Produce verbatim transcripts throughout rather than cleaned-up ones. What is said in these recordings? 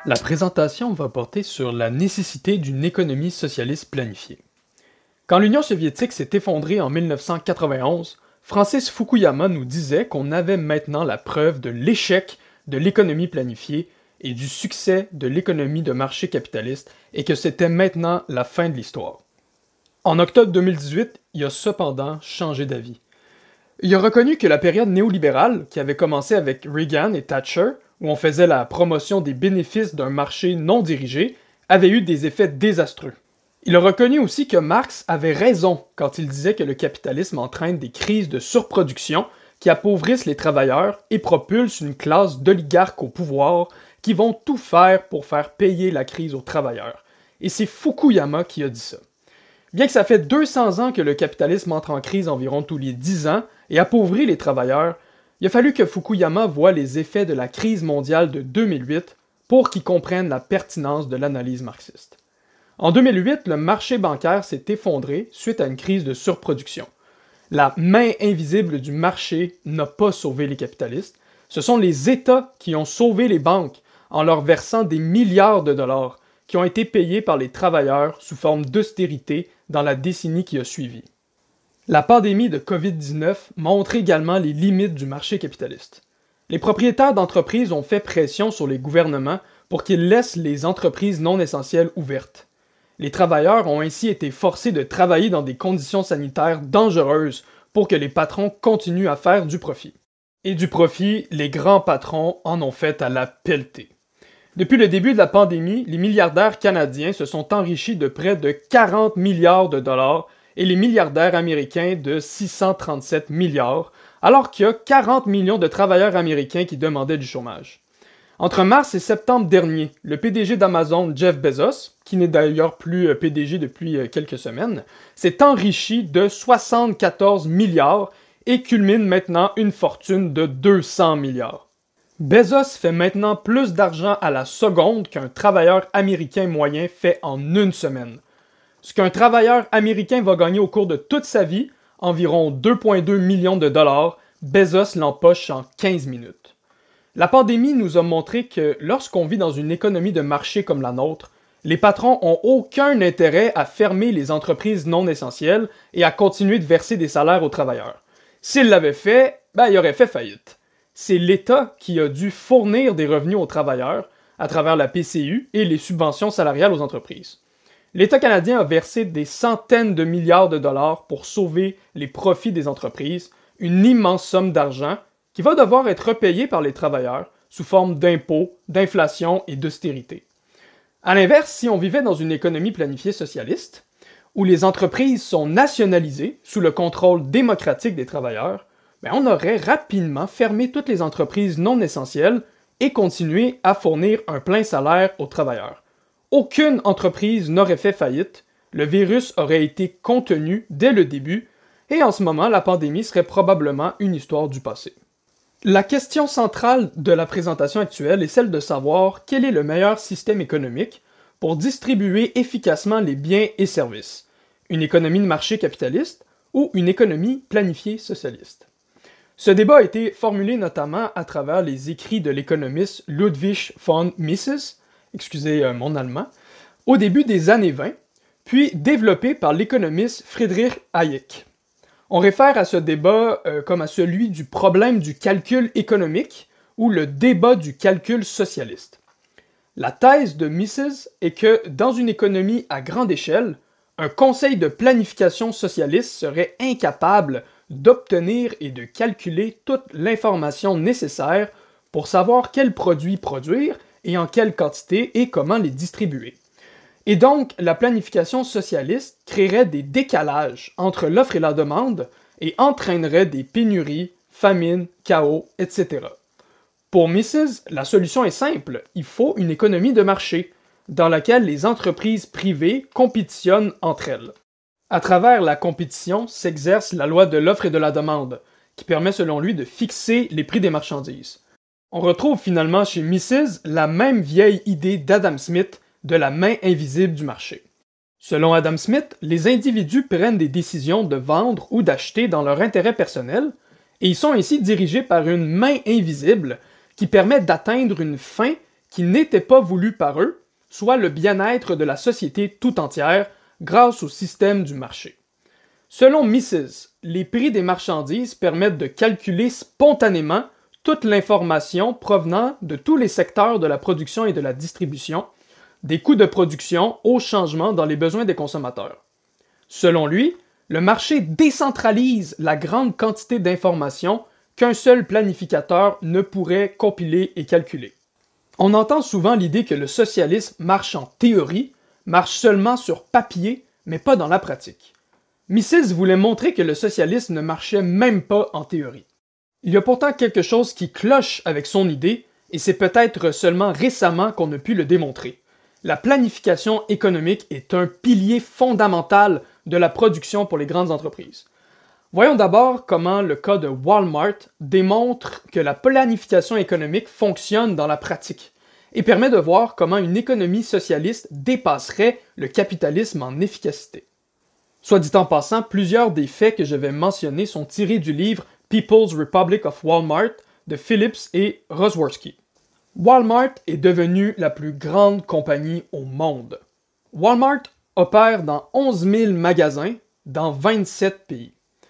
La présentation va porter sur la nécessité d'une économie socialiste planifiée. Quand l'Union soviétique s'est effondrée en mille neuf cent quatre-vingt-onze, Francis Fukuyama nous disait qu'on avait maintenant la preuve de l'échec de l'économie planifiée et du succès de l'économie de marché capitaliste et que c'était maintenant la fin de l'histoire. En octobre deux mille dix-huit, il a cependant changé d'avis. Il a reconnu que la période néolibérale, qui avait commencé avec Reagan et Thatcher, où on faisait la promotion des bénéfices d'un marché non dirigé, avait eu des effets désastreux. Il a reconnu aussi que Marx avait raison quand il disait que le capitalisme entraîne des crises de surproduction qui appauvrissent les travailleurs et propulsent une classe d'oligarques au pouvoir qui vont tout faire pour faire payer la crise aux travailleurs. Et c'est Fukuyama qui a dit ça. Bien que ça fait deux cents ans que le capitalisme entre en crise environ tous les dix ans et appauvrit les travailleurs, il a fallu que Fukuyama voie les effets de la crise mondiale de deux mille huit pour qu'il comprenne la pertinence de l'analyse marxiste. En deux mille huit, le marché bancaire s'est effondré suite à une crise de surproduction. La main invisible du marché n'a pas sauvé les capitalistes, ce sont les États qui ont sauvé les banques en leur versant des milliards de dollars qui ont été payés par les travailleurs sous forme d'austérité dans la décennie qui a suivi. La pandémie de covid dix-neuf montre également les limites du marché capitaliste. Les propriétaires d'entreprises ont fait pression sur les gouvernements pour qu'ils laissent les entreprises non essentielles ouvertes. Les travailleurs ont ainsi été forcés de travailler dans des conditions sanitaires dangereuses pour que les patrons continuent à faire du profit. Et du profit, les grands patrons en ont fait à la pelletée. Depuis le début de la pandémie, les milliardaires canadiens se sont enrichis de près de quarante milliards de dollars et les milliardaires américains de six cent trente-sept milliards, alors qu'il y a quarante millions de travailleurs américains qui demandaient du chômage. Entre mars et septembre dernier, le P D G d'Amazon, Jeff Bezos, qui n'est d'ailleurs plus P D G depuis quelques semaines, s'est enrichi de soixante-quatorze milliards et culmine maintenant une fortune de deux cents milliards. Bezos fait maintenant plus d'argent à la seconde qu'un travailleur américain moyen fait en une semaine. Ce qu'un travailleur américain va gagner au cours de toute sa vie, environ deux virgule deux millions de dollars, Bezos l'empoche en quinze minutes. La pandémie nous a montré que lorsqu'on vit dans une économie de marché comme la nôtre, les patrons n'ont aucun intérêt à fermer les entreprises non essentielles et à continuer de verser des salaires aux travailleurs. S'ils l'avaient fait, ben, il aurait fait faillite. C'est l'État qui a dû fournir des revenus aux travailleurs à travers la P C U et les subventions salariales aux entreprises. L'État canadien a versé des centaines de milliards de dollars pour sauver les profits des entreprises, une immense somme d'argent qui va devoir être repayée par les travailleurs sous forme d'impôts, d'inflation et d'austérité. À l'inverse, si on vivait dans une économie planifiée socialiste, où les entreprises sont nationalisées sous le contrôle démocratique des travailleurs, bien on aurait rapidement fermé toutes les entreprises non essentielles et continué à fournir un plein salaire aux travailleurs. Aucune entreprise n'aurait fait faillite, le virus aurait été contenu dès le début, et en ce moment, la pandémie serait probablement une histoire du passé. La question centrale de la présentation actuelle est celle de savoir quel est le meilleur système économique pour distribuer efficacement les biens et services, une économie de marché capitaliste ou une économie planifiée socialiste. Ce débat a été formulé notamment à travers les écrits de l'économiste Ludwig von Mises, excusez euh, mon allemand, au début des années vingt, puis développé par l'économiste Friedrich Hayek. On réfère à ce débat euh, comme à celui du problème du calcul économique ou le débat du calcul socialiste. La thèse de Mises est que dans une économie à grande échelle, un conseil de planification socialiste serait incapable d'obtenir et de calculer toute l'information nécessaire pour savoir quels produits produire et en quelle quantité et comment les distribuer. Et donc, la planification socialiste créerait des décalages entre l'offre et la demande et entraînerait des pénuries, famines, chaos, et cetera. Pour Mises, la solution est simple, il faut une économie de marché, dans laquelle les entreprises privées compétitionnent entre elles. À travers la compétition s'exerce la loi de l'offre et de la demande, qui permet selon lui de fixer les prix des marchandises. On retrouve finalement chez Mises la même vieille idée d'Adam Smith de la main invisible du marché. Selon Adam Smith, les individus prennent des décisions de vendre ou d'acheter dans leur intérêt personnel, et ils sont ainsi dirigés par une main invisible qui permet d'atteindre une fin qui n'était pas voulu par eux, soit le bien-être de la société tout entière grâce au système du marché. Selon Mises, les prix des marchandises permettent de calculer spontanément toute l'information provenant de tous les secteurs de la production et de la distribution, des coûts de production aux changements dans les besoins des consommateurs. Selon lui, le marché décentralise la grande quantité d'informations qu'un seul planificateur ne pourrait compiler et calculer. On entend souvent l'idée que le socialisme marche en théorie, marche seulement sur papier, mais pas dans la pratique. Mises voulait montrer que le socialisme ne marchait même pas en théorie. Il y a pourtant quelque chose qui cloche avec son idée, et c'est peut-être seulement récemment qu'on a pu le démontrer. La planification économique est un pilier fondamental de la production pour les grandes entreprises. Voyons d'abord comment le cas de Walmart démontre que la planification économique fonctionne dans la pratique et permet de voir comment une économie socialiste dépasserait le capitalisme en efficacité. Soit dit en passant, plusieurs des faits que je vais mentionner sont tirés du livre People's Republic of Walmart de Phillips et Rosworski. Walmart est devenue la plus grande compagnie au monde. Walmart opère dans onze mille magasins dans vingt-sept pays.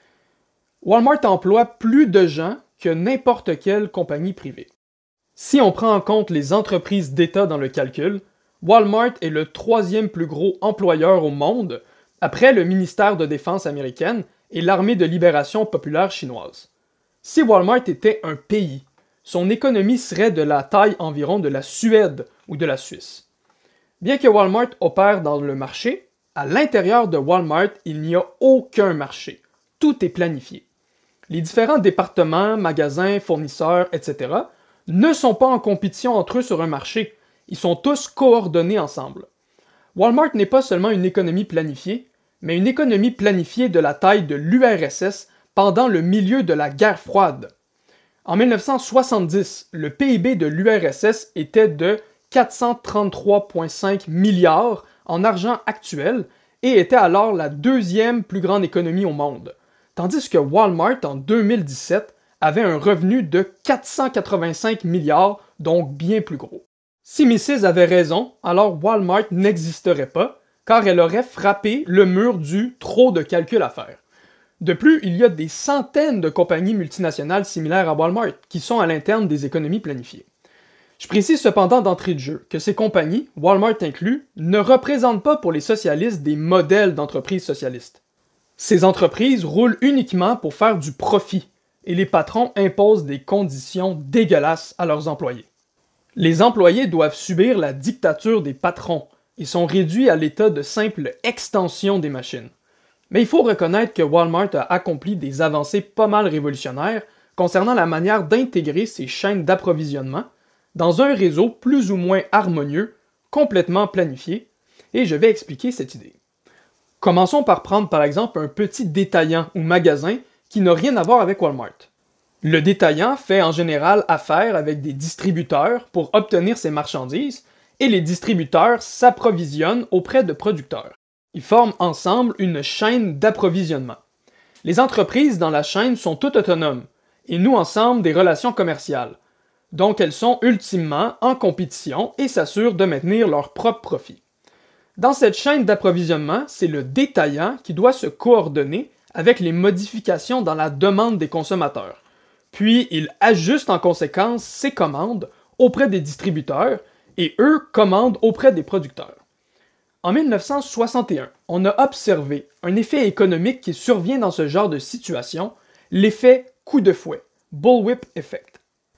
Walmart emploie plus de gens que n'importe quelle compagnie privée. Si on prend en compte les entreprises d'État dans le calcul, Walmart est le troisième plus gros employeur au monde, après le ministère de Défense américaine et l'Armée de libération populaire chinoise. Si Walmart était un pays, son économie serait de la taille environ de la Suède ou de la Suisse. Bien que Walmart opère dans le marché, à l'intérieur de Walmart, il n'y a aucun marché. Tout est planifié. Les différents départements, magasins, fournisseurs, et cetera ne sont pas en compétition entre eux sur un marché. Ils sont tous coordonnés ensemble. Walmart n'est pas seulement une économie planifiée, mais une économie planifiée de la taille de l'U R S S pendant le milieu de la guerre froide. En mille neuf cent soixante-dix, le P I B de l'U R S S était de quatre cent trente-trois virgule cinq milliards en argent actuel et était alors la deuxième plus grande économie au monde, tandis que Walmart en deux mille dix-sept avait un revenu de quatre cent quatre-vingt-cinq milliards, donc bien plus gros. Si Mises avait raison, alors Walmart n'existerait pas, car elle aurait frappé le mur du trop de calcul à faire. De plus, il y a des centaines de compagnies multinationales similaires à Walmart qui sont à l'interne des économies planifiées. Je précise cependant d'entrée de jeu que ces compagnies, Walmart inclus, ne représentent pas pour les socialistes des modèles d'entreprises socialistes. Ces entreprises roulent uniquement pour faire du profit, et les patrons imposent des conditions dégueulasses à leurs employés. Les employés doivent subir la dictature des patrons et sont réduits à l'état de simple extension des machines. Mais il faut reconnaître que Walmart a accompli des avancées pas mal révolutionnaires concernant la manière d'intégrer ces chaînes d'approvisionnement dans un réseau plus ou moins harmonieux, complètement planifié, et je vais expliquer cette idée. Commençons par prendre par exemple un petit détaillant ou magasin qui n'a rien à voir avec Walmart. Le détaillant fait en général affaire avec des distributeurs pour obtenir ses marchandises et les distributeurs s'approvisionnent auprès de producteurs. Ils forment ensemble une chaîne d'approvisionnement. Les entreprises dans la chaîne sont toutes autonomes et nouent ensemble des relations commerciales. Donc elles sont ultimement en compétition et s'assurent de maintenir leur propre profit. Dans cette chaîne d'approvisionnement, c'est le détaillant qui doit se coordonner avec les modifications dans la demande des consommateurs. Puis il ajuste en conséquence ses commandes auprès des distributeurs et eux commandent auprès des producteurs. En mille neuf cent soixante et un, on a observé un effet économique qui survient dans ce genre de situation, l'effet coup de fouet, bullwhip effect.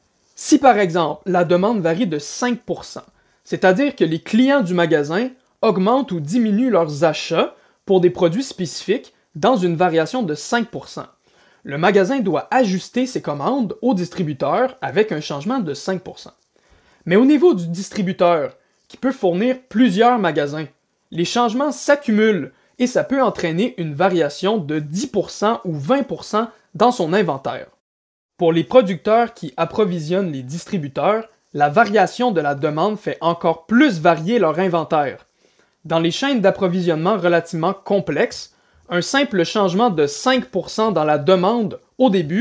Si par exemple la demande varie de cinq pour cent, c'est-à-dire que les clients du magasin augmentent ou diminuent leurs achats pour des produits spécifiques dans une variation de cinq pour cent, le magasin doit ajuster ses commandes au distributeur avec un changement de cinq pour cent. Mais au niveau du distributeur, qui peut fournir plusieurs magasins, les changements s'accumulent et ça peut entraîner une variation de dix pour cent ou vingt pour cent dans son inventaire. Pour les producteurs qui approvisionnent les distributeurs, la variation de la demande fait encore plus varier leur inventaire. Dans les chaînes d'approvisionnement relativement complexes, un simple changement de cinq pour cent dans la demande au début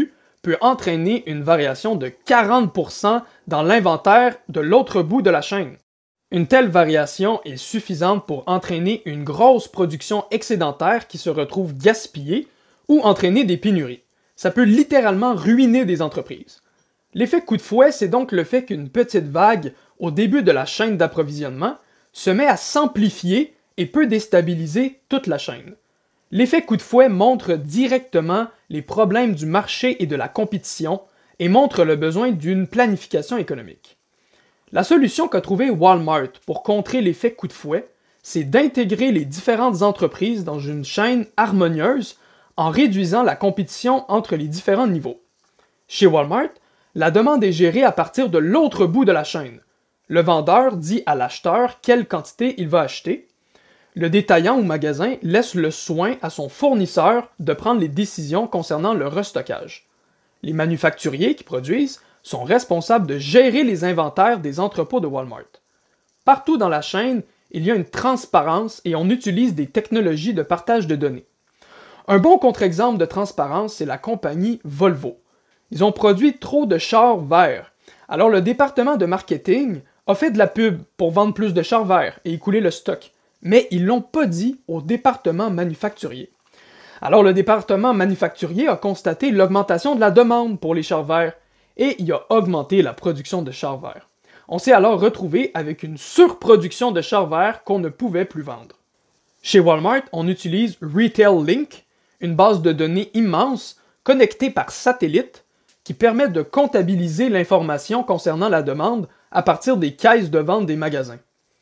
peut entraîner une variation de quarante pour cent dans l'inventaire de l'autre bout de la chaîne. Une telle variation est suffisante pour entraîner une grosse production excédentaire qui se retrouve gaspillée ou entraîner des pénuries. Ça peut littéralement ruiner des entreprises. L'effet coup de fouet, c'est donc le fait qu'une petite vague au début de la chaîne d'approvisionnement se met à s'amplifier et peut déstabiliser toute la chaîne. L'effet coup de fouet montre directement les problèmes du marché et de la compétition et montre le besoin d'une planification économique. La solution qu'a trouvée Walmart pour contrer l'effet coup de fouet, c'est d'intégrer les différentes entreprises dans une chaîne harmonieuse en réduisant la compétition entre les différents niveaux. Chez Walmart, la demande est gérée à partir de l'autre bout de la chaîne. Le vendeur dit à l'acheteur quelle quantité il va acheter. Le détaillant ou magasin laisse le soin à son fournisseur de prendre les décisions concernant le restockage. Les manufacturiers qui produisent sont responsables de gérer les inventaires des entrepôts de Walmart. Partout dans la chaîne, il y a une transparence et on utilise des technologies de partage de données. Un bon contre-exemple de transparence, c'est la compagnie Volvo. Ils ont produit trop de chars verts. Alors le département de marketing a fait de la pub pour vendre plus de chars verts et écouler le stock. Mais ils ne l'ont pas dit au département manufacturier. Alors le département manufacturier a constaté l'augmentation de la demande pour les chars verts et il a augmenté la production de chars verts. On s'est alors retrouvé avec une surproduction de chars verts qu'on ne pouvait plus vendre. Chez Walmart, on utilise Retail Link, une base de données immense connectée par satellite qui permet de comptabiliser l'information concernant la demande à partir des caisses de vente des magasins.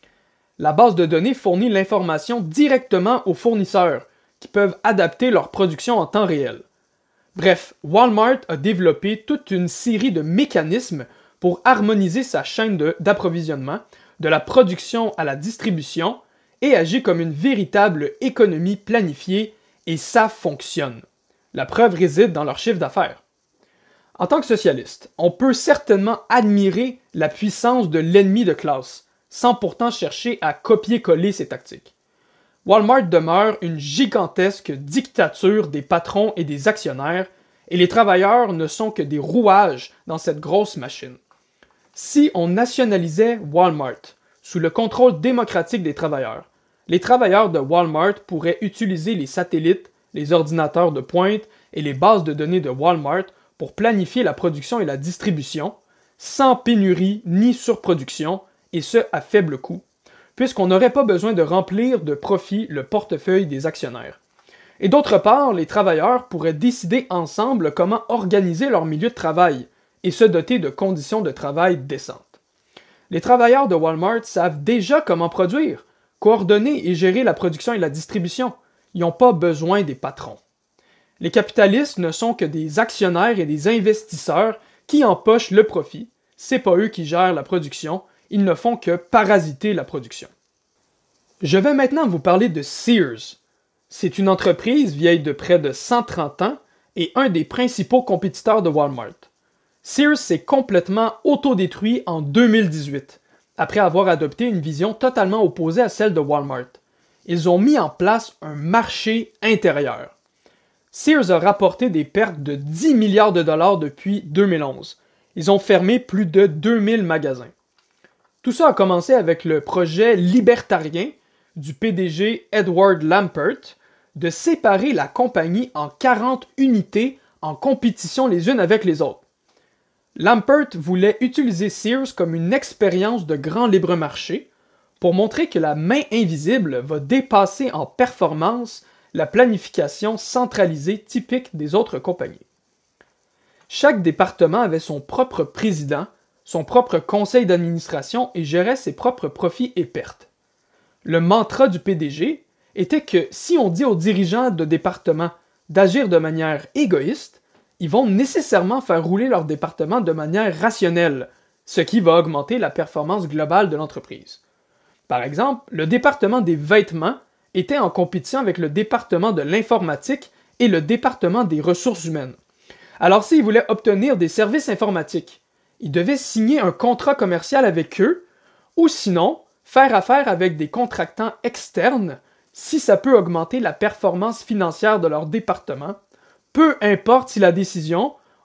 La base de données fournit l'information directement aux fournisseurs qui peuvent adapter leur production en temps réel. Bref, Walmart a développé toute une série de mécanismes pour harmoniser sa chaîne de- d'approvisionnement, de la production à la distribution, et agit comme une véritable économie planifiée, et ça fonctionne. La preuve réside dans leur chiffre d'affaires. En tant que socialiste, on peut certainement admirer la puissance de l'ennemi de classe, sans pourtant chercher à copier-coller ses tactiques. Walmart demeure une gigantesque dictature des patrons et des actionnaires, et les travailleurs ne sont que des rouages dans cette grosse machine. Si on nationalisait Walmart sous le contrôle démocratique des travailleurs, les travailleurs de Walmart pourraient utiliser les satellites, les ordinateurs de pointe et les bases de données de Walmart pour planifier la production et la distribution, sans pénurie ni surproduction, et ce à faible coût, puisqu'on n'aurait pas besoin de remplir de profit le portefeuille des actionnaires. Et d'autre part, les travailleurs pourraient décider ensemble comment organiser leur milieu de travail et se doter de conditions de travail décentes. Les travailleurs de Walmart savent déjà comment produire, coordonner et gérer la production et la distribution. Ils n'ont pas besoin des patrons. Les capitalistes ne sont que des actionnaires et des investisseurs qui empochent le profit. C'est pas eux qui gèrent la production, ils ne font que parasiter la production. Je vais maintenant vous parler de Sears. C'est une entreprise vieille de près de cent trente ans et un des principaux compétiteurs de Walmart. Sears s'est complètement autodétruit en deux mille dix-huit, après avoir adopté une vision totalement opposée à celle de Walmart. Ils ont mis en place un marché intérieur. Sears a rapporté des pertes de dix milliards de dollars depuis deux mille onze. Ils ont fermé plus de deux mille magasins. Tout ça a commencé avec le projet libertarien du P D G Edward Lampert de séparer la compagnie en quarante unités en compétition les unes avec les autres. Lampert voulait utiliser Sears comme une expérience de grand libre marché pour montrer que la main invisible va dépasser en performance la planification centralisée typique des autres compagnies. Chaque département avait son propre président, son propre conseil d'administration et gérait ses propres profits et pertes. Le mantra du P D G était que si on dit aux dirigeants de département d'agir de manière égoïste, ils vont nécessairement faire rouler leur département de manière rationnelle, ce qui va augmenter la performance globale de l'entreprise. Par exemple, le département des vêtements était en compétition avec le département de l'informatique et le département des ressources humaines. Alors s'ils voulaient obtenir des services informatiques, ils devaient signer un contrat commercial avec eux, ou sinon faire affaire avec des contractants externes si ça peut augmenter la performance financière de leur département, peu importe si la décision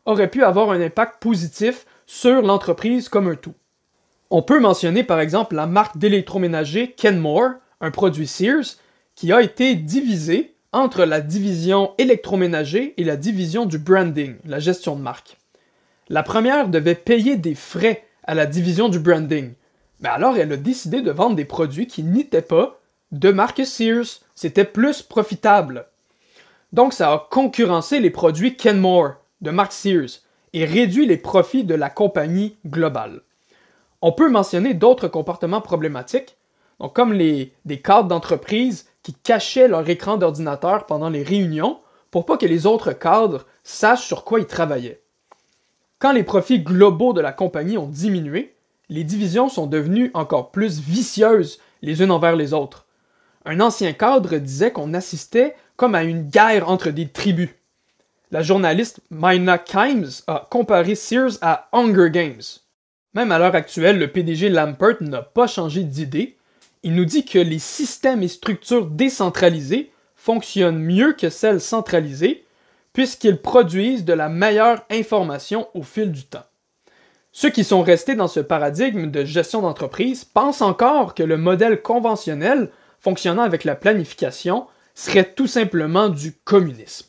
aurait pu avoir un impact positif sur l'entreprise comme un tout. On peut mentionner par exemple la marque d'électroménager Kenmore, un produit Sears, qui a été divisée entre la division électroménager et la division du branding, la gestion de marque. La première devait payer des frais à la division du branding, mais alors elle a décidé de vendre des produits qui n'étaient pas de marque Sears, c'était plus profitable. Donc ça a concurrencé les produits Kenmore de marque Sears et réduit les profits de la compagnie globale. On peut mentionner d'autres comportements problématiques, donc comme les, des cadres d'entreprise qui cachaient leur écran d'ordinateur pendant les réunions pour pas que les autres cadres sachent sur quoi ils travaillaient. Quand les profits globaux de la compagnie ont diminué, les divisions sont devenues encore plus vicieuses les unes envers les autres. Un ancien cadre disait qu'on assistait comme à une guerre entre des tribus. La journaliste Mina Kimes a comparé Sears à Hunger Games. Même à l'heure actuelle, le P D G Lampert n'a pas changé d'idée. Il nous dit que les systèmes et structures décentralisées fonctionnent mieux que celles centralisées, puisqu'ils produisent de la meilleure information au fil du temps. Ceux qui sont restés dans ce paradigme de gestion d'entreprise pensent encore que le modèle conventionnel fonctionnant avec la planification serait tout simplement du communisme.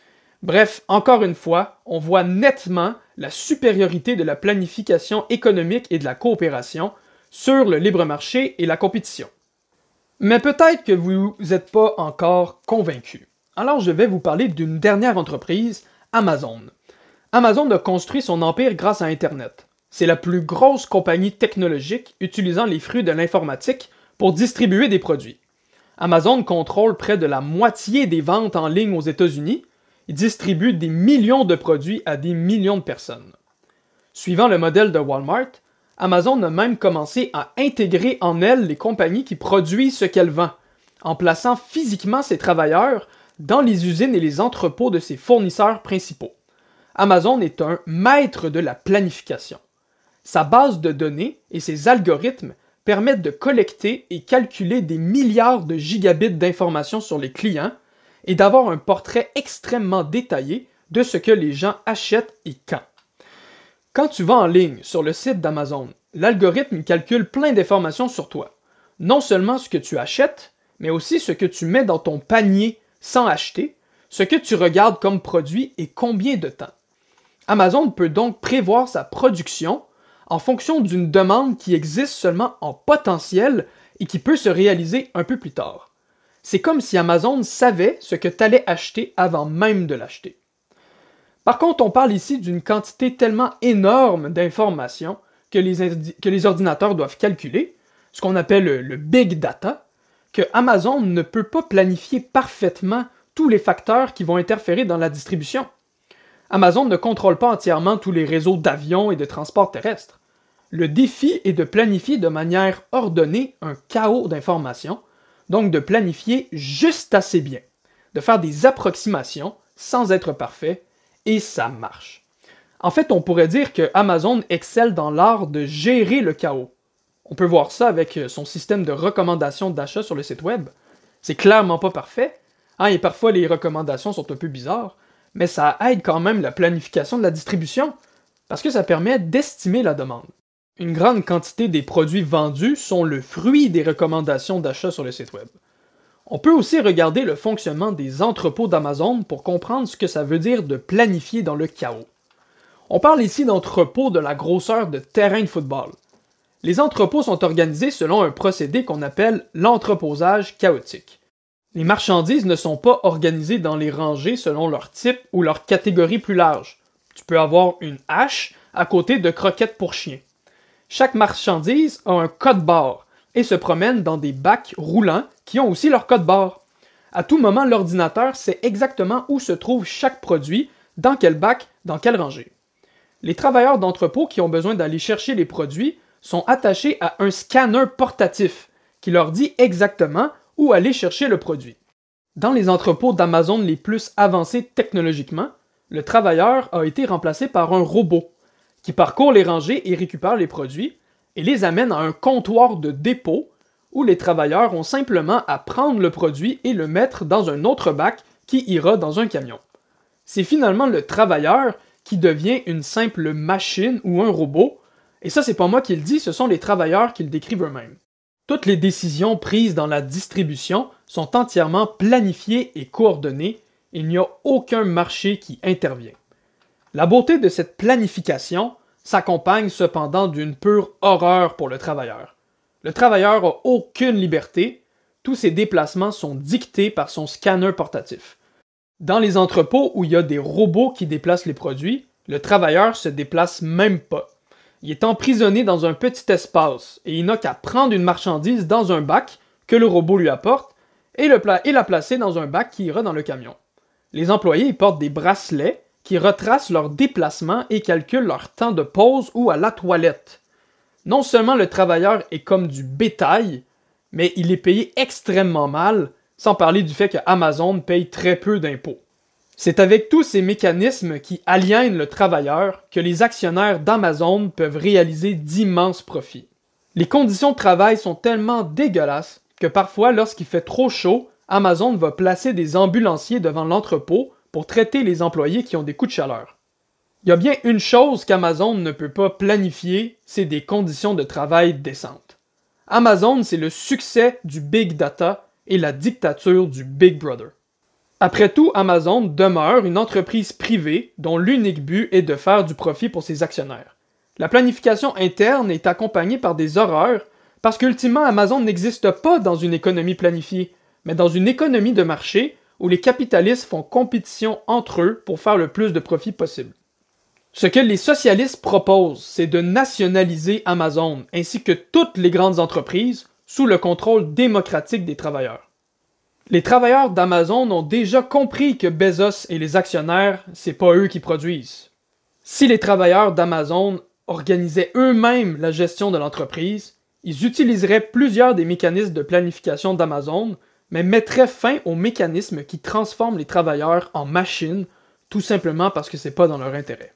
Bref, encore une fois, on voit nettement la supériorité de la planification économique et de la coopération sur le libre marché et la compétition. Mais peut-être que vous n'êtes pas encore convaincu. Alors je vais vous parler d'une dernière entreprise, Amazon. Amazon a construit son empire grâce à Internet. C'est la plus grosse compagnie technologique utilisant les fruits de l'informatique pour distribuer des produits. Amazon contrôle près de la moitié des ventes en ligne aux États-Unis et distribue des millions de produits à des millions de personnes. Suivant le modèle de Walmart, Amazon a même commencé à intégrer en elle les compagnies qui produisent ce qu'elle vend, en plaçant physiquement ses travailleurs dans les usines et les entrepôts de ses fournisseurs principaux. Amazon est un maître de la planification. Sa base de données et ses algorithmes permettent de collecter et calculer des milliards de gigabits d'informations sur les clients et d'avoir un portrait extrêmement détaillé de ce que les gens achètent et quand. Quand tu vas en ligne sur le site d'Amazon, l'algorithme calcule plein d'informations sur toi. Non seulement ce que tu achètes, mais aussi ce que tu mets dans ton panier sans acheter, ce que tu regardes comme produit et combien de temps. Amazon peut donc prévoir sa production en fonction d'une demande qui existe seulement en potentiel et qui peut se réaliser un peu plus tard. C'est comme si Amazon savait ce que tu allais acheter avant même de l'acheter. Par contre, on parle ici d'une quantité tellement énorme d'informations que les, indi- que les ordinateurs doivent calculer, ce qu'on appelle le, le big data, que Amazon ne peut pas planifier parfaitement tous les facteurs qui vont interférer dans la distribution. Amazon ne contrôle pas entièrement tous les réseaux d'avions et de transport terrestre. Le défi est de planifier de manière ordonnée un chaos d'informations, donc de planifier juste assez bien, de faire des approximations sans être parfait, et ça marche. En fait, on pourrait dire que Amazon excelle dans l'art de gérer le chaos. On peut voir ça avec son système de recommandations d'achat sur le site web. C'est clairement pas parfait, hein, et parfois les recommandations sont un peu bizarres, mais ça aide quand même la planification de la distribution, parce que ça permet d'estimer la demande. Une grande quantité des produits vendus sont le fruit des recommandations d'achat sur le site web. On peut aussi regarder le fonctionnement des entrepôts d'Amazon pour comprendre ce que ça veut dire de planifier dans le chaos. On parle ici d'entrepôts de la grosseur de terrain de football. Les entrepôts sont organisés selon un procédé qu'on appelle l'entreposage chaotique. Les marchandises ne sont pas organisées dans les rangées selon leur type ou leur catégorie plus large. Tu peux avoir une hache à côté de croquettes pour chiens. Chaque marchandise a un code barre et se promène dans des bacs roulants qui ont aussi leur code barre. À tout moment, l'ordinateur sait exactement où se trouve chaque produit, dans quel bac, dans quelle rangée. Les travailleurs d'entrepôt qui ont besoin d'aller chercher les produits sont attachés à un scanner portatif qui leur dit exactement où aller chercher le produit. Dans les entrepôts d'Amazon les plus avancés technologiquement, le travailleur a été remplacé par un robot qui parcourt les rangées et récupère les produits et les amène à un comptoir de dépôt où les travailleurs ont simplement à prendre le produit et le mettre dans un autre bac qui ira dans un camion. C'est finalement le travailleur qui devient une simple machine ou un robot, et ça c'est pas moi qui le dis, ce sont les travailleurs qui le décrivent eux-mêmes. Toutes les décisions prises dans la distribution sont entièrement planifiées et coordonnées, il n'y a aucun marché qui intervient. La beauté de cette planification s'accompagne cependant d'une pure horreur pour le travailleur. Le travailleur n'a aucune liberté, tous ses déplacements sont dictés par son scanner portatif. Dans les entrepôts où il y a des robots qui déplacent les produits, le travailleur se déplace même pas. Il est emprisonné dans un petit espace et il n'a qu'à prendre une marchandise dans un bac que le robot lui apporte et, le pla- et la placer dans un bac qui ira dans le camion. Les employés y portent des bracelets qui retracent leur déplacement et calculent leur temps de pause ou à la toilette. Non seulement le travailleur est comme du bétail, mais il est payé extrêmement mal, sans parler du fait que Amazon paye très peu d'impôts. C'est avec tous ces mécanismes qui aliènent le travailleur que les actionnaires d'Amazon peuvent réaliser d'immenses profits. Les conditions de travail sont tellement dégueulasses que parfois, lorsqu'il fait trop chaud, Amazon va placer des ambulanciers devant l'entrepôt pour traiter les employés qui ont des coups de chaleur. Il y a bien une chose qu'Amazon ne peut pas planifier, c'est des conditions de travail décentes. Amazon, c'est le succès du Big Data et la dictature du Big Brother. Après tout, Amazon demeure une entreprise privée dont l'unique but est de faire du profit pour ses actionnaires. La planification interne est accompagnée par des horreurs parce qu'ultimement Amazon n'existe pas dans une économie planifiée, mais dans une économie de marché où les capitalistes font compétition entre eux pour faire le plus de profit possible. Ce que les socialistes proposent, c'est de nationaliser Amazon ainsi que toutes les grandes entreprises sous le contrôle démocratique des travailleurs. Les travailleurs d'Amazon ont déjà compris que Bezos et les actionnaires, c'est pas eux qui produisent. Si les travailleurs d'Amazon organisaient eux-mêmes la gestion de l'entreprise, ils utiliseraient plusieurs des mécanismes de planification d'Amazon, mais mettraient fin aux mécanismes qui transforment les travailleurs en machines, tout simplement parce que c'est pas dans leur intérêt.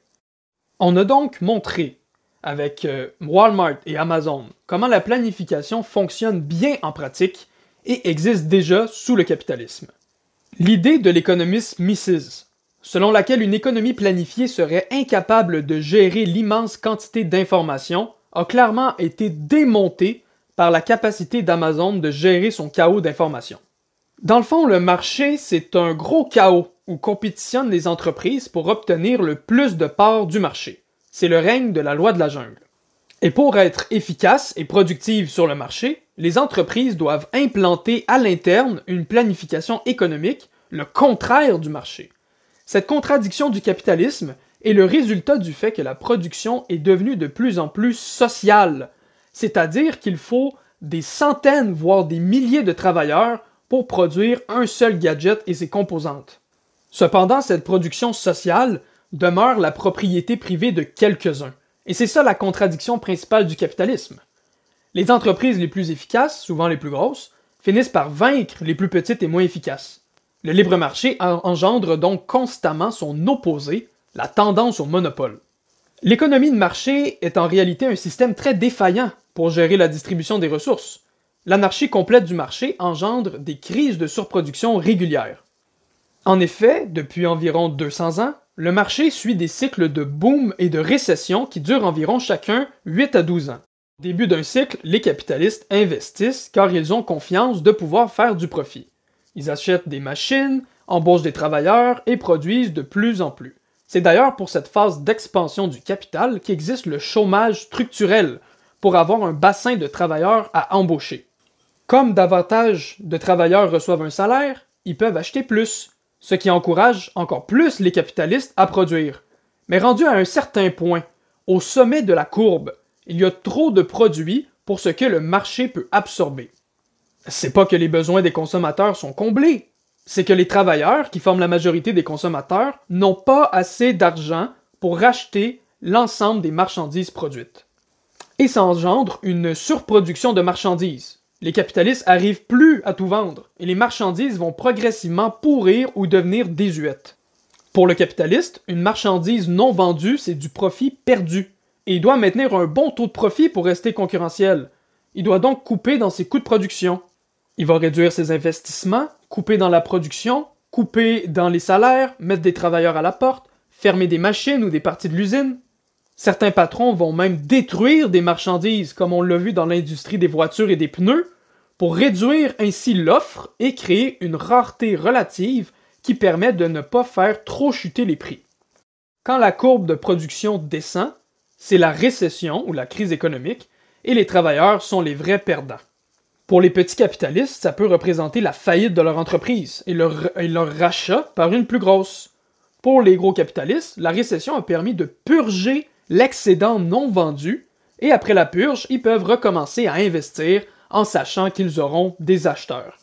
On a donc montré, avec euh, Walmart et Amazon, comment la planification fonctionne bien en pratique et existe déjà sous le capitalisme. L'idée de l'économiste Mises, selon laquelle une économie planifiée serait incapable de gérer l'immense quantité d'informations, a clairement été démontée par la capacité d'Amazon de gérer son chaos d'informations. Dans le fond, le marché, c'est un gros chaos où compétitionnent les entreprises pour obtenir le plus de parts du marché. C'est le règne de la loi de la jungle. Et pour être efficaces et productives sur le marché, les entreprises doivent implanter à l'interne une planification économique, le contraire du marché. Cette contradiction du capitalisme est le résultat du fait que la production est devenue de plus en plus sociale, c'est-à-dire qu'il faut des centaines, voire des milliers de travailleurs pour produire un seul gadget et ses composantes. Cependant, cette production sociale demeure la propriété privée de quelques-uns. Et c'est ça la contradiction principale du capitalisme. Les entreprises les plus efficaces, souvent les plus grosses, finissent par vaincre les plus petites et moins efficaces. Le libre marché engendre donc constamment son opposé, la tendance au monopole. L'économie de marché est en réalité un système très défaillant pour gérer la distribution des ressources. L'anarchie complète du marché engendre des crises de surproduction régulières. En effet, depuis environ deux cents ans, le marché suit des cycles de boom et de récession qui durent environ chacun huit à douze ans. Au début d'un cycle, les capitalistes investissent car ils ont confiance de pouvoir faire du profit. Ils achètent des machines, embauchent des travailleurs et produisent de plus en plus. C'est d'ailleurs pour cette phase d'expansion du capital qu'existe le chômage structurel, pour avoir un bassin de travailleurs à embaucher. Comme davantage de travailleurs reçoivent un salaire, ils peuvent acheter plus, ce qui encourage encore plus les capitalistes à produire. Mais rendu à un certain point, au sommet de la courbe, il y a trop de produits pour ce que le marché peut absorber. C'est pas que les besoins des consommateurs sont comblés, c'est que les travailleurs, qui forment la majorité des consommateurs, n'ont pas assez d'argent pour racheter l'ensemble des marchandises produites. Et ça engendre une surproduction de marchandises. Les capitalistes arrivent plus à tout vendre, et les marchandises vont progressivement pourrir ou devenir désuètes. Pour le capitaliste, une marchandise non vendue, c'est du profit perdu, et il doit maintenir un bon taux de profit pour rester concurrentiel. Il doit donc couper dans ses coûts de production. Il va réduire ses investissements, couper dans la production, couper dans les salaires, mettre des travailleurs à la porte, fermer des machines ou des parties de l'usine. Certains patrons vont même détruire des marchandises, comme on l'a vu dans l'industrie des voitures et des pneus, pour réduire ainsi l'offre et créer une rareté relative qui permet de ne pas faire trop chuter les prix. Quand la courbe de production descend, c'est la récession ou la crise économique, et les travailleurs sont les vrais perdants. Pour les petits capitalistes, ça peut représenter la faillite de leur entreprise et leur, et leur rachat par une plus grosse. Pour les gros capitalistes, la récession a permis de purger l'excédent non vendu, et après la purge, ils peuvent recommencer à investir en sachant qu'ils auront des acheteurs.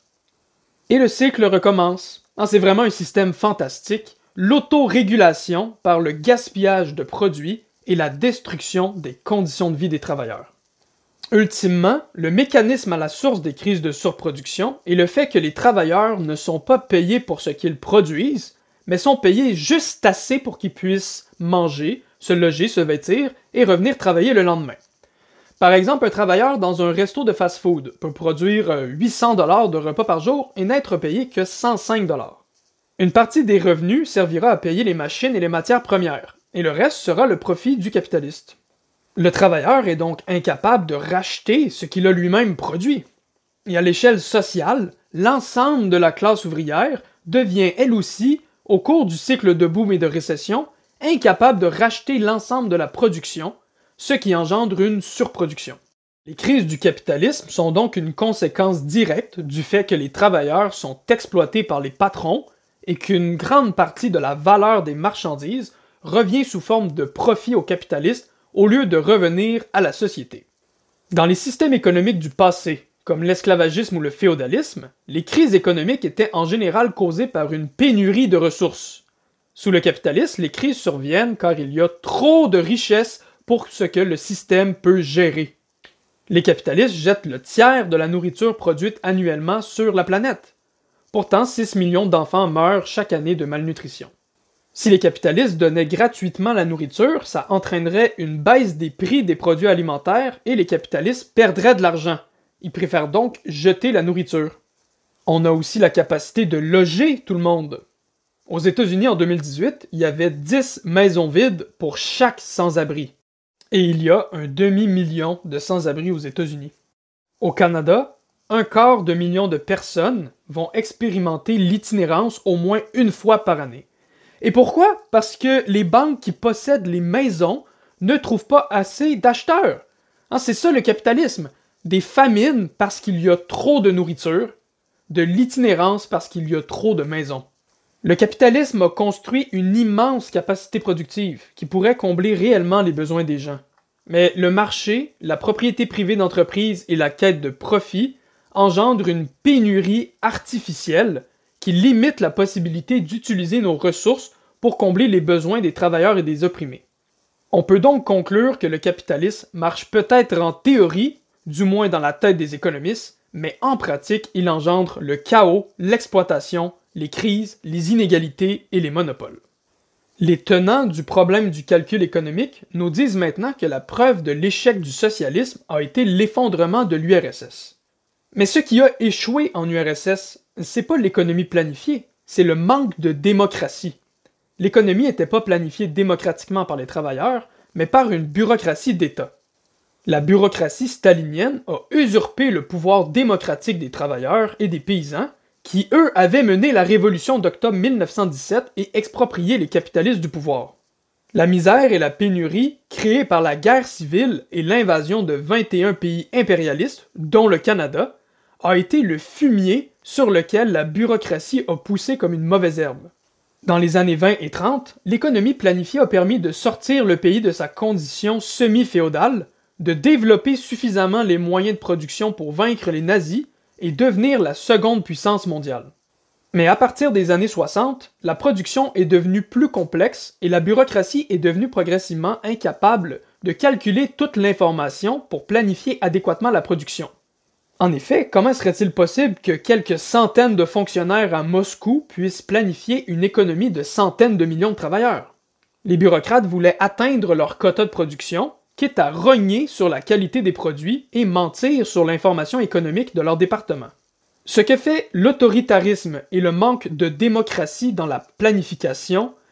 Et le cycle recommence. C'est vraiment un système fantastique, l'autorégulation par le gaspillage de produits et la destruction des conditions de vie des travailleurs. Ultimement, le mécanisme à la source des crises de surproduction est le fait que les travailleurs ne sont pas payés pour ce qu'ils produisent, mais sont payés juste assez pour qu'ils puissent manger, se loger, se vêtir et revenir travailler le lendemain. Par exemple, un travailleur dans un resto de fast-food peut produire huit cents dollars de repas par jour et n'être payé que cent cinq dollars. Une partie des revenus servira à payer les machines et les matières premières, et le reste sera le profit du capitaliste. Le travailleur est donc incapable de racheter ce qu'il a lui-même produit. Et à l'échelle sociale, l'ensemble de la classe ouvrière devient elle aussi, au cours du cycle de boom et de récession, incapable de racheter l'ensemble de la production, ce qui engendre une surproduction. Les crises du capitalisme sont donc une conséquence directe du fait que les travailleurs sont exploités par les patrons et qu'une grande partie de la valeur des marchandises revient sous forme de profit aux capitalistes au lieu de revenir à la société. Dans les systèmes économiques du passé, comme l'esclavagisme ou le féodalisme, les crises économiques étaient en général causées par une pénurie de ressources. Sous le capitalisme, les crises surviennent car il y a trop de richesses pour ce que le système peut gérer. Les capitalistes jettent le tiers de la nourriture produite annuellement sur la planète. Pourtant, six millions d'enfants meurent chaque année de malnutrition. Si les capitalistes donnaient gratuitement la nourriture, ça entraînerait une baisse des prix des produits alimentaires et les capitalistes perdraient de l'argent. Ils préfèrent donc jeter la nourriture. On a aussi la capacité de loger tout le monde. Aux États-Unis en deux mille dix-huit, il y avait dix maisons vides pour chaque sans-abri. Et il y a un demi-million de sans-abri aux États-Unis. Au Canada, un quart de million de personnes vont expérimenter l'itinérance au moins une fois par année. Et pourquoi? Parce que les banques qui possèdent les maisons ne trouvent pas assez d'acheteurs. Hein, c'est ça le capitalisme. Des famines parce qu'il y a trop de nourriture, de l'itinérance parce qu'il y a trop de maisons. Le capitalisme a construit une immense capacité productive qui pourrait combler réellement les besoins des gens. Mais le marché, la propriété privée d'entreprise et la quête de profit engendrent une pénurie artificielle qui limite la possibilité d'utiliser nos ressources pour combler les besoins des travailleurs et des opprimés. On peut donc conclure que le capitalisme marche peut-être en théorie, du moins dans la tête des économistes, mais en pratique, il engendre le chaos, l'exploitation, les crises, les inégalités et les monopoles. Les tenants du problème du calcul économique nous disent maintenant que la preuve de l'échec du socialisme a été l'effondrement de l'U R S S. Mais ce qui a échoué en U R S S, c'est pas l'économie planifiée, c'est le manque de démocratie. L'économie n'était pas planifiée démocratiquement par les travailleurs, mais par une bureaucratie d'État. La bureaucratie stalinienne a usurpé le pouvoir démocratique des travailleurs et des paysans, qui, eux, avaient mené la révolution d'octobre mille neuf cent dix-sept et exproprié les capitalistes du pouvoir. La misère et la pénurie, créées par la guerre civile et l'invasion de vingt et un pays impérialistes, dont le Canada, a été le fumier sur lequel la bureaucratie a poussé comme une mauvaise herbe. Dans les années vingt et trente, l'économie planifiée a permis de sortir le pays de sa condition semi-féodale, de développer suffisamment les moyens de production pour vaincre les nazis et devenir la seconde puissance mondiale. Mais à partir des années soixante, la production est devenue plus complexe et la bureaucratie est devenue progressivement incapable de calculer toute l'information pour planifier adéquatement la production. En effet, comment serait-il possible que quelques centaines de fonctionnaires à Moscou puissent planifier une économie de centaines de millions de travailleurs? Les bureaucrates voulaient atteindre leur quota de production, quitte à rogner sur la qualité des produits et mentir sur l'information économique de leur département. Ce que fait l'autoritarisme et le manque de démocratie dans la planification,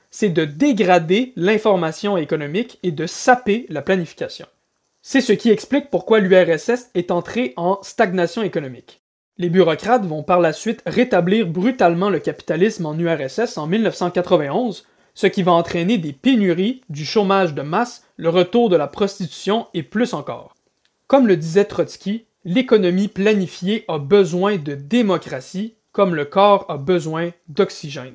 c'est de dégrader l'information économique et de saper la planification. C'est ce qui explique pourquoi l'U R S S est entré en stagnation économique. Les bureaucrates vont par la suite rétablir brutalement le capitalisme en U R S S en mille neuf cent quatre-vingt-onze, ce qui va entraîner des pénuries, du chômage de masse, le retour de la prostitution et plus encore. Comme le disait Trotsky, l'économie planifiée a besoin de démocratie, comme le corps a besoin d'oxygène.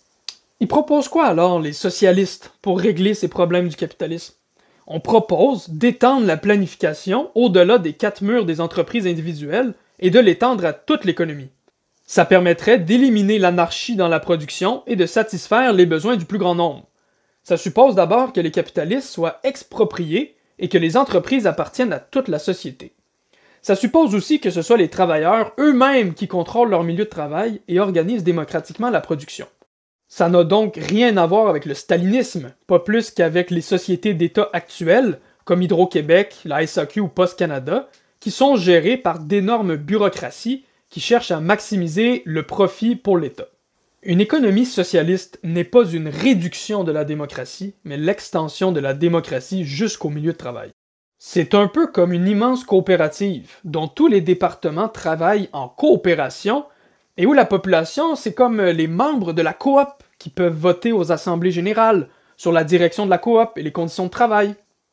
Ils proposent quoi alors, les socialistes, pour régler ces problèmes du capitalisme? On propose d'étendre la planification au-delà des quatre murs des entreprises individuelles et de l'étendre à toute l'économie. Ça permettrait d'éliminer l'anarchie dans la production et de satisfaire les besoins du plus grand nombre. Ça suppose d'abord que les capitalistes soient expropriés et que les entreprises appartiennent à toute la société. Ça suppose aussi que ce soit les travailleurs eux-mêmes qui contrôlent leur milieu de travail et organisent démocratiquement la production. Ça n'a donc rien à voir avec le stalinisme, pas plus qu'avec les sociétés d'État actuelles, comme Hydro-Québec, la S A Q ou Post Canada, qui sont gérées par d'énormes bureaucraties qui cherchent à maximiser le profit pour l'État. Une économie socialiste n'est pas une réduction de la démocratie, mais l'extension de la démocratie jusqu'au milieu de travail. C'est un peu comme une immense coopérative, dont tous les départements travaillent en coopération, et où la population, c'est comme les membres de la coop qui peuvent voter aux assemblées générales sur la direction de la coop et les conditions de travail.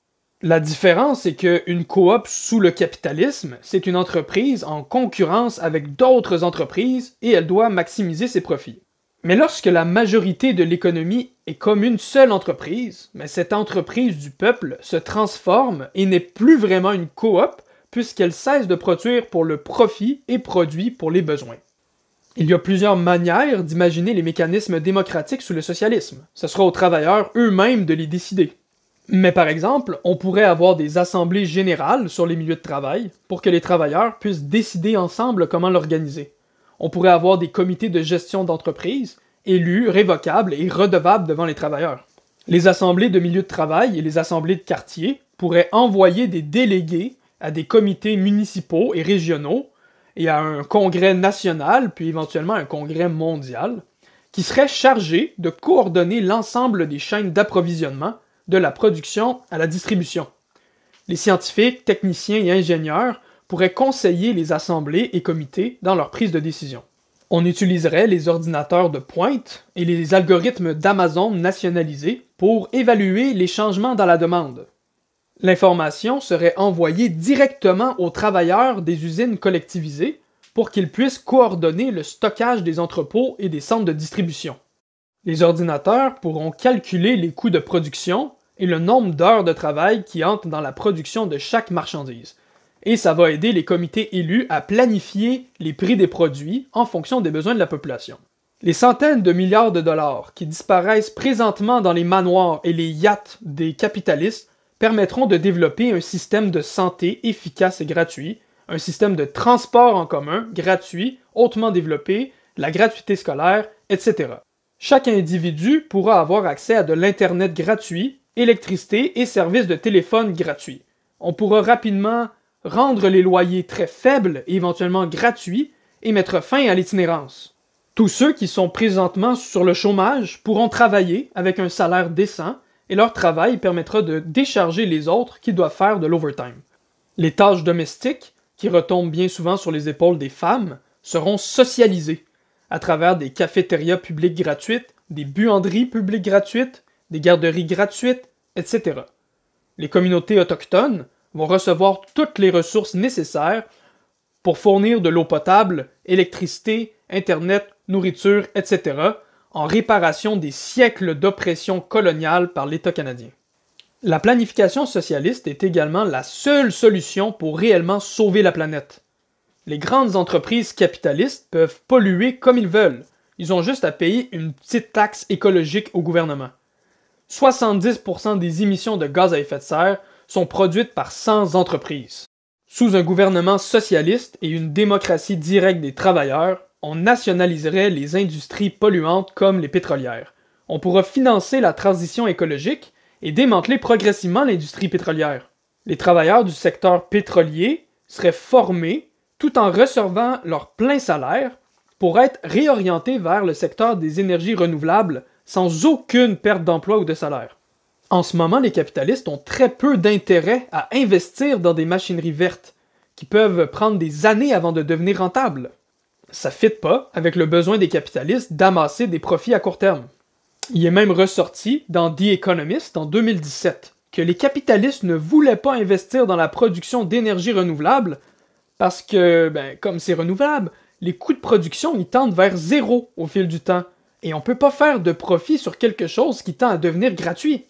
La différence, c'est qu'une coop sous le capitalisme, c'est une entreprise en concurrence avec d'autres entreprises et elle doit maximiser ses profits. Mais lorsque la majorité de l'économie est comme une seule entreprise, mais cette entreprise du peuple se transforme et n'est plus vraiment une coop puisqu'elle cesse de produire pour le profit et produit pour les besoins. Il y a plusieurs manières d'imaginer les mécanismes démocratiques sous le socialisme. Ce sera aux travailleurs eux-mêmes de les décider. Mais par exemple, on pourrait avoir des assemblées générales sur les milieux de travail pour que les travailleurs puissent décider ensemble comment l'organiser. On pourrait avoir des comités de gestion d'entreprise, élus, révocables et redevables devant les travailleurs. Les assemblées de milieux de travail et les assemblées de quartier pourraient envoyer des délégués à des comités municipaux et régionaux et à un congrès national, puis éventuellement un congrès mondial, qui serait chargé de coordonner l'ensemble des chaînes d'approvisionnement de la production à la distribution. Les scientifiques, techniciens et ingénieurs pourraient conseiller les assemblées et comités dans leur prise de décision. On utiliserait les ordinateurs de pointe et les algorithmes d'Amazon nationalisés pour évaluer les changements dans la demande. L'information serait envoyée directement aux travailleurs des usines collectivisées pour qu'ils puissent coordonner le stockage des entrepôts et des centres de distribution. Les ordinateurs pourront calculer les coûts de production et le nombre d'heures de travail qui entrent dans la production de chaque marchandise. Et ça va aider les comités élus à planifier les prix des produits en fonction des besoins de la population. Les centaines de milliards de dollars qui disparaissent présentement dans les manoirs et les yachts des capitalistes permettront de développer un système de santé efficace et gratuit, un système de transport en commun gratuit, hautement développé, la gratuité scolaire, et cetera. Chaque individu pourra avoir accès à de l'Internet gratuit, électricité et services de téléphone gratuits. On pourra rapidement rendre les loyers très faibles et éventuellement gratuits et mettre fin à l'itinérance. Tous ceux qui sont présentement sur le chômage pourront travailler avec un salaire décent et leur travail permettra de décharger les autres qui doivent faire de l'overtime. Les tâches domestiques, qui retombent bien souvent sur les épaules des femmes, seront socialisées à travers des cafétérias publiques gratuites, des buanderies publiques gratuites, des garderies gratuites, et cetera. Les communautés autochtones vont recevoir toutes les ressources nécessaires pour fournir de l'eau potable, électricité, Internet, nourriture, et cetera, en réparation des siècles d'oppression coloniale par l'État canadien. La planification socialiste est également la seule solution pour réellement sauver la planète. Les grandes entreprises capitalistes peuvent polluer comme ils veulent. Ils ont juste à payer une petite taxe écologique au gouvernement. soixante-dix pour cent des émissions de gaz à effet de serre sont produites par cent entreprises. Sous un gouvernement socialiste et une démocratie directe des travailleurs, on nationaliserait les industries polluantes comme les pétrolières. On pourra financer la transition écologique et démanteler progressivement l'industrie pétrolière. Les travailleurs du secteur pétrolier seraient formés tout en recevant leur plein salaire pour être réorientés vers le secteur des énergies renouvelables sans aucune perte d'emploi ou de salaire. En ce moment, les capitalistes ont très peu d'intérêt à investir dans des machineries vertes, qui peuvent prendre des années avant de devenir rentables. Ça ne fit pas avec le besoin des capitalistes d'amasser des profits à court terme. Il est même ressorti dans The Economist en deux mille dix-sept que les capitalistes ne voulaient pas investir dans la production d'énergie renouvelable parce que, ben, comme c'est renouvelable, les coûts de production ils tendent vers zéro au fil du temps, et on ne peut pas faire de profit sur quelque chose qui tend à devenir gratuit.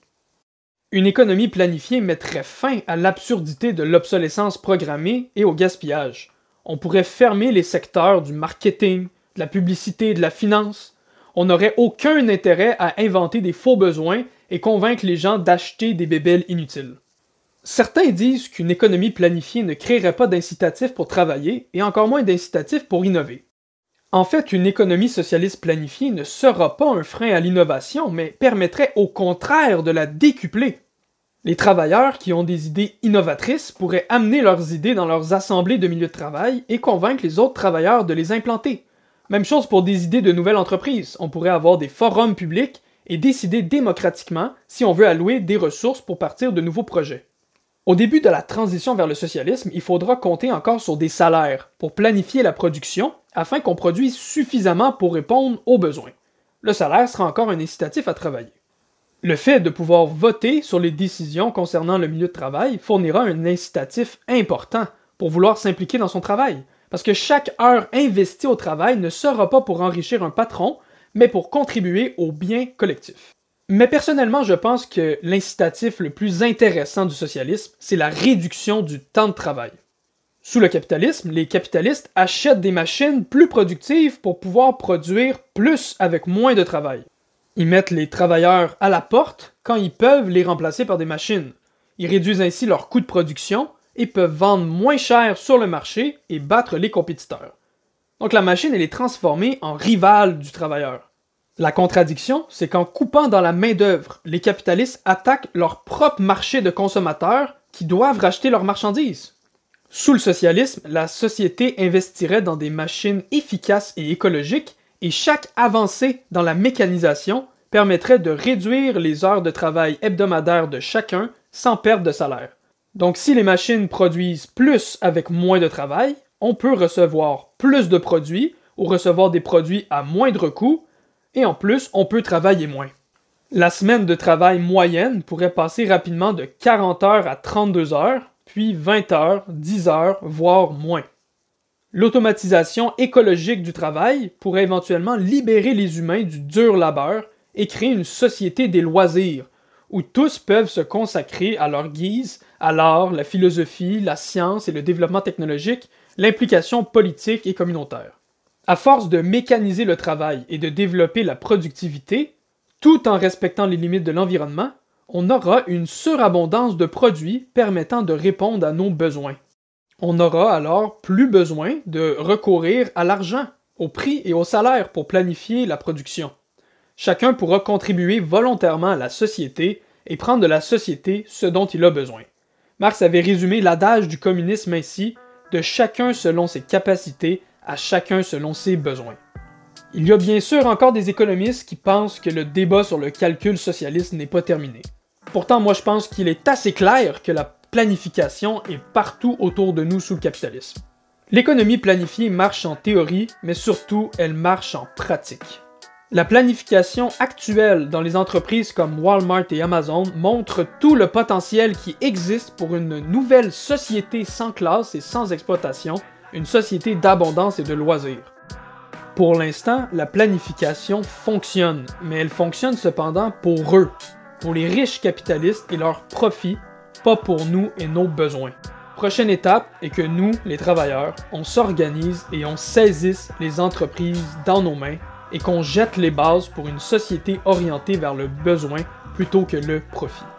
Une économie planifiée mettrait fin à l'absurdité de l'obsolescence programmée et au gaspillage. On pourrait fermer les secteurs du marketing, de la publicité et de la finance. On n'aurait aucun intérêt à inventer des faux besoins et convaincre les gens d'acheter des bébelles inutiles. Certains disent qu'une économie planifiée ne créerait pas d'incitatifs pour travailler et encore moins d'incitatifs pour innover. En fait, une économie socialiste planifiée ne sera pas un frein à l'innovation, mais permettrait au contraire de la décupler. Les travailleurs qui ont des idées innovatrices pourraient amener leurs idées dans leurs assemblées de milieu de travail et convaincre les autres travailleurs de les implanter. Même chose pour des idées de nouvelles entreprises. On pourrait avoir des forums publics et décider démocratiquement si on veut allouer des ressources pour partir de nouveaux projets. Au début de la transition vers le socialisme, il faudra compter encore sur des salaires pour planifier la production afin qu'on produise suffisamment pour répondre aux besoins. Le salaire sera encore un incitatif à travailler. Le fait de pouvoir voter sur les décisions concernant le milieu de travail fournira un incitatif important pour vouloir s'impliquer dans son travail, parce que chaque heure investie au travail ne sera pas pour enrichir un patron, mais pour contribuer au bien collectif. Mais personnellement, je pense que l'incitatif le plus intéressant du socialisme, c'est la réduction du temps de travail. Sous le capitalisme, les capitalistes achètent des machines plus productives pour pouvoir produire plus avec moins de travail. Ils mettent les travailleurs à la porte quand ils peuvent les remplacer par des machines. Ils réduisent ainsi leurs coûts de production et peuvent vendre moins cher sur le marché et battre les compétiteurs. Donc la machine, elle est transformée en rivale du travailleur. La contradiction, c'est qu'en coupant dans la main-d'œuvre, les capitalistes attaquent leur propre marché de consommateurs qui doivent racheter leurs marchandises. Sous le socialisme, la société investirait dans des machines efficaces et écologiques et chaque avancée dans la mécanisation permettrait de réduire les heures de travail hebdomadaires de chacun sans perte de salaire. Donc si les machines produisent plus avec moins de travail, on peut recevoir plus de produits ou recevoir des produits à moindre coût, et en plus, on peut travailler moins. La semaine de travail moyenne pourrait passer rapidement de quarante heures à trente-deux heures, puis vingt heures, dix heures, voire moins. L'automatisation écologique du travail pourrait éventuellement libérer les humains du dur labeur et créer une société des loisirs, où tous peuvent se consacrer à leur guise à l'art, la philosophie, la science et le développement technologique, l'implication politique et communautaire. À force de mécaniser le travail et de développer la productivité, tout en respectant les limites de l'environnement, on aura une surabondance de produits permettant de répondre à nos besoins. On n'aura alors plus besoin de recourir à l'argent, au prix et au salaire pour planifier la production. Chacun pourra contribuer volontairement à la société et prendre de la société ce dont il a besoin. Marx avait résumé l'adage du communisme ainsi, de chacun selon ses capacités, à chacun selon ses besoins. Il y a bien sûr encore des économistes qui pensent que le débat sur le calcul socialiste n'est pas terminé. Pourtant, moi je pense qu'il est assez clair que la planification est partout autour de nous sous le capitalisme. L'économie planifiée marche en théorie, mais surtout elle marche en pratique. La planification actuelle dans les entreprises comme Walmart et Amazon montre tout le potentiel qui existe pour une nouvelle société sans classe et sans exploitation, une société d'abondance et de loisirs. Pour l'instant, la planification fonctionne, mais elle fonctionne cependant pour eux, pour les riches capitalistes et leurs profits, pas pour nous et nos besoins. Prochaine étape est que nous, les travailleurs, on s'organise et on saisisse les entreprises dans nos mains et qu'on jette les bases pour une société orientée vers le besoin plutôt que le profit.